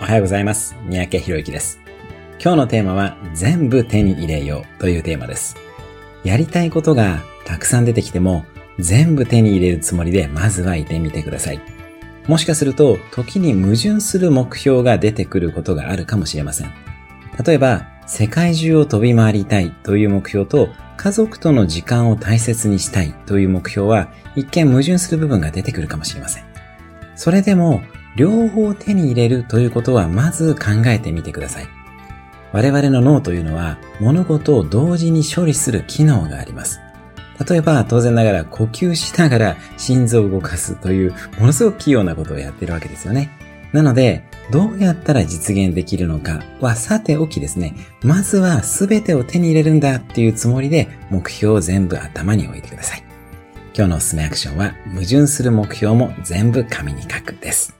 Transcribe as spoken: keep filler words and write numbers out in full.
はようございます。三宅博之です。今日のテーマは全部手に入れようというテーマです。やりたいことがたくさん出てきても全部手に入れるつもりでまずはいてみてください。もしかすると時に矛盾する目標が出てくることがあるかもしれません。例えば世界中を飛び回りたいという目標と家族との時間を大切にしたいという目標は一見矛盾する部分が出てくるかもしれません。それでも両方手に入れるということはまず考えてみてください。我々の脳というのは物事を同時に処理する機能があります。例えば当然ながら呼吸しながら心臓を動かすというものすごく器用なことをやってるわけですよね。なのでどうやったら実現できるのかはさておきですね、まずは全てを手に入れるんだっていうつもりで目標を全部頭に置いてください。今日のおすすめアクションは矛盾する目標も全部紙に書くです。